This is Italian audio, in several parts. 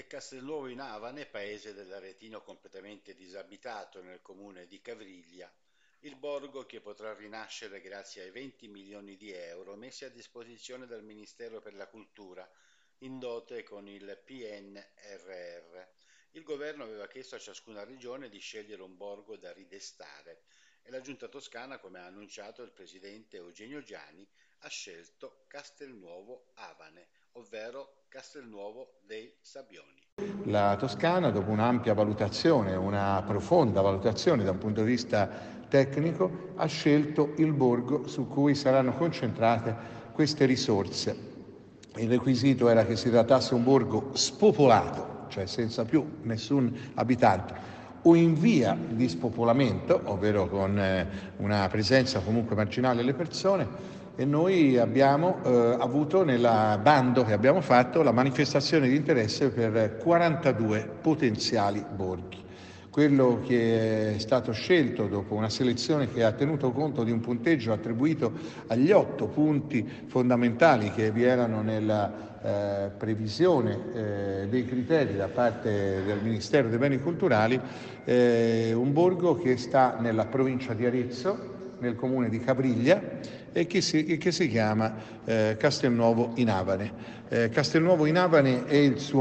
Castelnuovo in Avane, paese dell'Aretino completamente disabitato nel comune di Cavriglia, il borgo che potrà rinascere grazie ai 20 milioni di euro messi a disposizione dal Ministero per la Cultura, in dote con il PNRR. Il governo aveva chiesto a ciascuna regione di scegliere un borgo da ridestare e la Giunta Toscana, come ha annunciato il presidente Eugenio Giani, ha scelto Castelnuovo Avane, ovvero Castelnuovo dei Sabbioni. La Toscana, dopo un'ampia valutazione, una profonda valutazione da un punto di vista tecnico, ha scelto il borgo su cui saranno concentrate queste risorse. Il requisito era che si trattasse un borgo spopolato, cioè senza più nessun abitante, o in via di spopolamento, ovvero con una presenza comunque marginale delle persone, e noi abbiamo avuto nel bando che abbiamo fatto la manifestazione di interesse per 42 potenziali borghi. Quello che è stato scelto dopo una selezione che ha tenuto conto di un punteggio attribuito agli 8 punti fondamentali che vi erano nella previsione dei criteri da parte del Ministero dei Beni Culturali, un borgo che sta nella provincia di Arezzo, nel comune di Cavriglia, e che si chiama Castelnuovo in Avane. Castelnuovo in Avane è il suo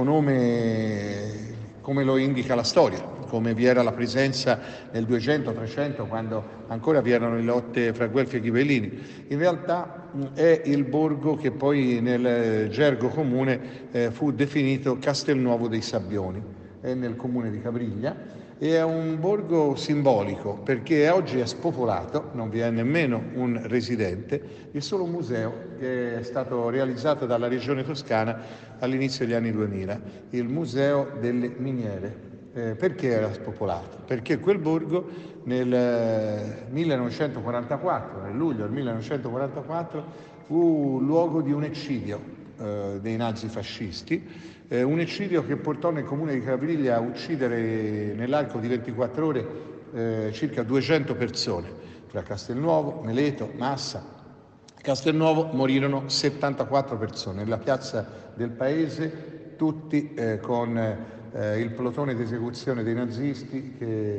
nome come lo indica la storia, come vi era la presenza nel 200-300 quando ancora vi erano le lotte fra Guelfi e Ghibellini. In realtà è il borgo che poi nel gergo comune fu definito Castelnuovo dei Sabbioni, è nel comune di Cavriglia. E è un borgo simbolico perché oggi è spopolato, non vi è nemmeno un residente, il solo museo che è stato realizzato dalla Regione Toscana all'inizio degli anni 2000, il Museo delle Miniere. Perché era spopolato? Perché quel borgo nel 1944, nel luglio del 1944, fu luogo di un eccidio dei nazifascisti, un eccidio che portò nel comune di Cavriglia a uccidere nell'arco di 24 ore circa 200 persone, fra Castelnuovo, Meleto, Massa. Castelnuovo morirono 74 persone nella piazza del paese, tutti con il plotone di esecuzione dei nazisti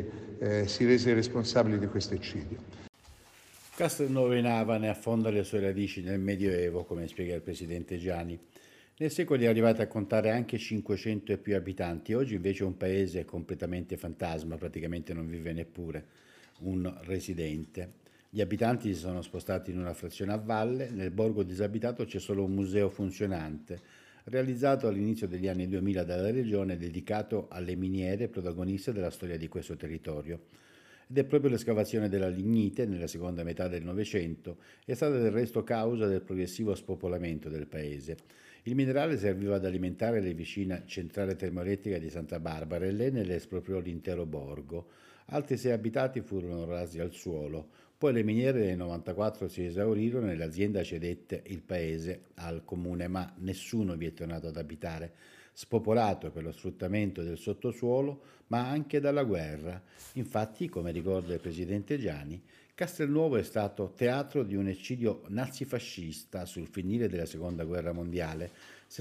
che si rese responsabili di questo eccidio. Castelnuovo in Avane affonda le sue radici nel Medioevo, come spiega il presidente Giani. Nel secolo è arrivato a contare anche 500 e più abitanti, oggi invece è un paese completamente fantasma, praticamente non vive neppure un residente. Gli abitanti si sono spostati in una frazione a valle, nel borgo disabitato c'è solo un museo funzionante, realizzato all'inizio degli anni 2000 dalla regione, dedicato alle miniere protagoniste della storia di questo territorio. Ed è proprio l'escavazione della lignite nella seconda metà del Novecento è stata del resto causa del progressivo spopolamento del paese. Il minerale serviva ad alimentare la vicina centrale termoelettrica di Santa Barbara e l'Enel espropriò l'intero borgo. Altri 6 abitati furono rasi al suolo. Poi le miniere nel 94 si esaurirono e l'azienda cedette il paese al comune, ma nessuno vi è tornato ad abitare, spopolato per lo sfruttamento del sottosuolo, ma anche dalla guerra. Infatti, come ricorda il presidente Giani, Castelnuovo è stato teatro di un eccidio nazifascista sul finire della Seconda Guerra Mondiale.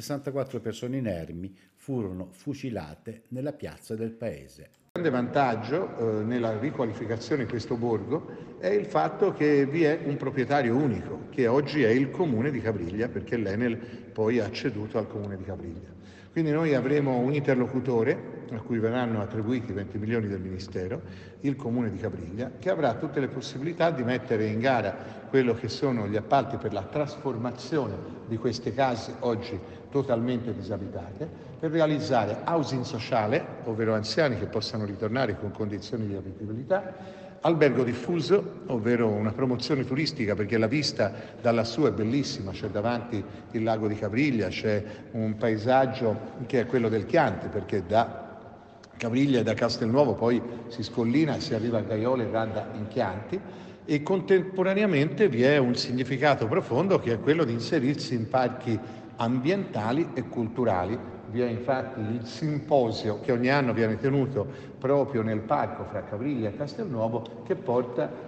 64 persone inermi furono fucilate nella piazza del paese. Il grande vantaggio nella riqualificazione di questo borgo è il fatto che vi è un proprietario unico, che oggi è il comune di Cavriglia, perché l'Enel poi ha ceduto al comune di Cavriglia. Quindi noi avremo un interlocutore a cui verranno attribuiti 20 milioni del Ministero, il comune di Cavriglia, che avrà tutte le possibilità di mettere in gara quello che sono gli appalti per la trasformazione di queste case oggi totalmente disabitate, per realizzare housing sociale, ovvero anziani che possano ritornare con condizioni di abitabilità, albergo diffuso, ovvero una promozione turistica, perché la vista da lassù è bellissima, c'è davanti il lago di Cavriglia, c'è un paesaggio che è quello del Chianti, perché da Cavriglia e da Castelnuovo poi si scollina e si arriva a Gaiole e Radda in Chianti, e contemporaneamente vi è un significato profondo che è quello di inserirsi in parchi ambientali e culturali. Vi è infatti il simposio che ogni anno viene tenuto proprio nel parco fra Cavriglia e Castelnuovo, che porta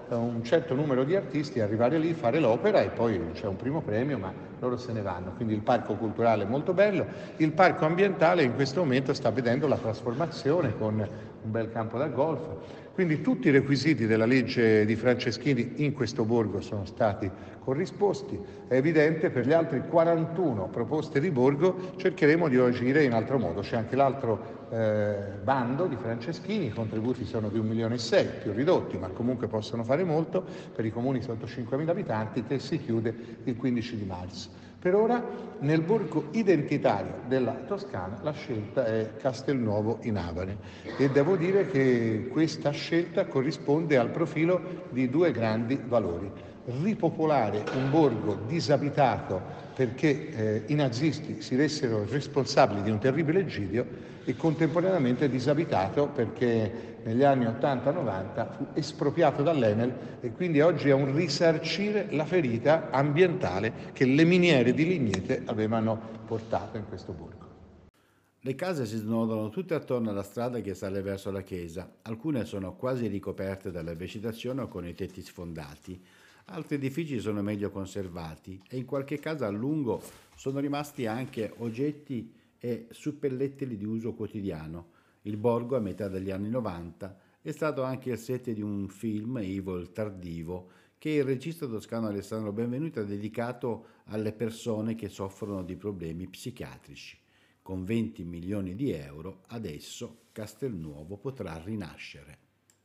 un certo numero di artisti arrivare lì, fare l'opera e poi c'è un primo premio, ma loro se ne vanno. Quindi il parco culturale è molto bello, il parco ambientale in questo momento sta vedendo la trasformazione con un bel campo da golf. Quindi tutti i requisiti della legge di Franceschini in questo borgo sono stati corrisposti. È evidente, per le altre 41 proposte di borgo cercheremo di agire in altro modo. C'è anche l'altro bando di Franceschini, i contributi sono di 1,6 milioni, più ridotti, ma comunque possono fare molto per i comuni sotto 5.000 abitanti, che si chiude il 15 di marzo. Per ora nel borgo identitario della Toscana la scelta è Castelnuovo in Avane e devo dire che questa scelta corrisponde al profilo di due grandi valori: ripopolare un borgo disabitato perché i nazisti si ressero responsabili di un terribile eccidio, e contemporaneamente disabitato perché negli anni 80-90 fu espropriato dall'Enel e quindi oggi è un risarcire la ferita ambientale che le miniere di lignite avevano portato in questo borgo. Le case si snodano tutte attorno alla strada che sale verso la chiesa. Alcune sono quasi ricoperte dalla vegetazione o con i tetti sfondati. Altri edifici sono meglio conservati e in qualche casa a lungo sono rimasti anche oggetti e suppellettili di uso quotidiano. Il borgo, a metà degli anni 90, è stato anche il set di un film, Ivo il Tardivo, che il regista toscano Alessandro Benvenuto ha dedicato alle persone che soffrono di problemi psichiatrici. Con 20 milioni di euro adesso Castelnuovo potrà rinascere.